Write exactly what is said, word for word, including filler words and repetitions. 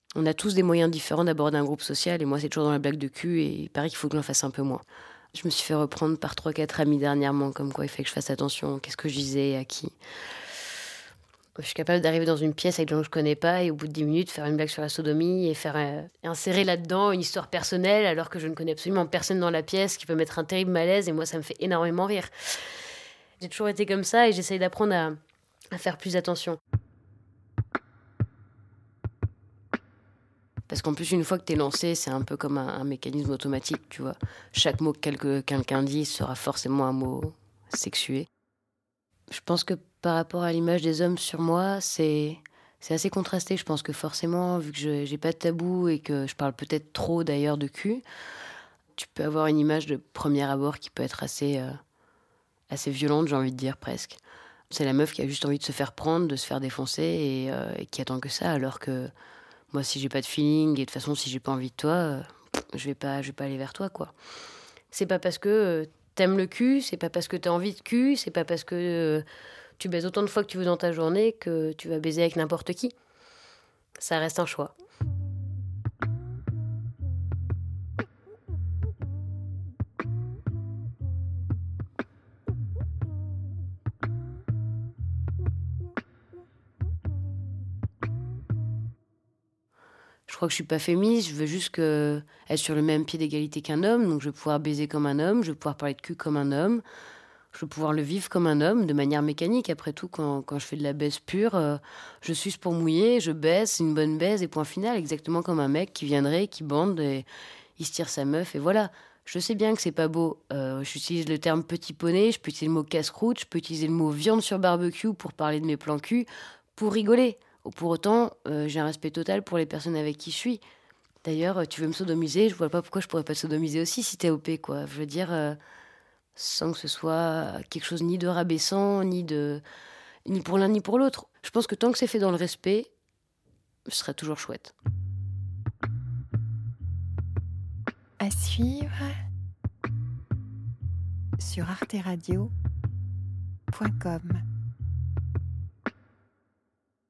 On a tous des moyens différents d'aborder un groupe social et moi, c'est toujours dans la blague de cul et il paraît qu'il faut que j'en fasse un peu moins. Je me suis fait reprendre par trois quatre amis dernièrement, comme quoi il fait que je fasse attention, qu'est-ce que je disais, à qui. Je suis capable d'arriver dans une pièce avec des gens que je connais pas et au bout de dix minutes faire une blague sur la sodomie et faire euh, insérer là-dedans une histoire personnelle alors que je ne connais absolument personne dans la pièce, qui peut mettre un terrible malaise et moi ça me fait énormément rire. J'ai toujours été comme ça et j'essaye d'apprendre à, à faire plus attention. Parce qu'en plus, une fois que t'es lancé, c'est un peu comme un, un mécanisme automatique, tu vois. Chaque mot que quelque- quelqu'un dit sera forcément un mot sexué. Je pense que par rapport à l'image des hommes sur moi, c'est, c'est assez contrasté. Je pense que forcément, vu que je, j'ai pas de tabou et que je parle peut-être trop d'ailleurs de cul, tu peux avoir une image de premier abord qui peut être assez, euh, assez violente, j'ai envie de dire presque. C'est la meuf qui a juste envie de se faire prendre, de se faire défoncer et, euh, et qui attend que ça, alors que moi, si j'ai pas de feeling et de toute façon, si j'ai pas envie de toi, euh, je vais pas, je vais pas aller vers toi, quoi. C'est pas parce que euh, t'aimes le cul, c'est pas parce que t'as envie de cul, c'est pas parce que euh, tu baises autant de fois que tu veux dans ta journée que tu vas baiser avec n'importe qui. Ça reste un choix. Je crois que je suis pas féministe, je veux juste que être sur le même pied d'égalité qu'un homme, donc je veux pouvoir baiser comme un homme, je veux pouvoir parler de cul comme un homme, je veux pouvoir le vivre comme un homme, de manière mécanique. Après tout, quand, quand je fais de la baise pure, euh, je suce pour mouiller, je baise, c'est une bonne baise et point final, exactement comme un mec qui viendrait, qui bande et il se tire sa meuf et voilà. Je sais bien que c'est pas beau. Euh, j'utilise le terme petit poney, je peux utiliser le mot casse-croûte, je peux utiliser le mot viande sur barbecue pour parler de mes plans cul, pour rigoler. Pour autant, euh, j'ai un respect total pour les personnes avec qui je suis. D'ailleurs, euh, tu veux me sodomiser, je vois pas pourquoi je pourrais pas te sodomiser aussi si t'es O P, quoi. Je veux dire, euh, sans que ce soit quelque chose ni de rabaissant, ni de ni pour l'un ni pour l'autre. Je pense que tant que c'est fait dans le respect, ce serait toujours chouette. À suivre sur arte radio point com.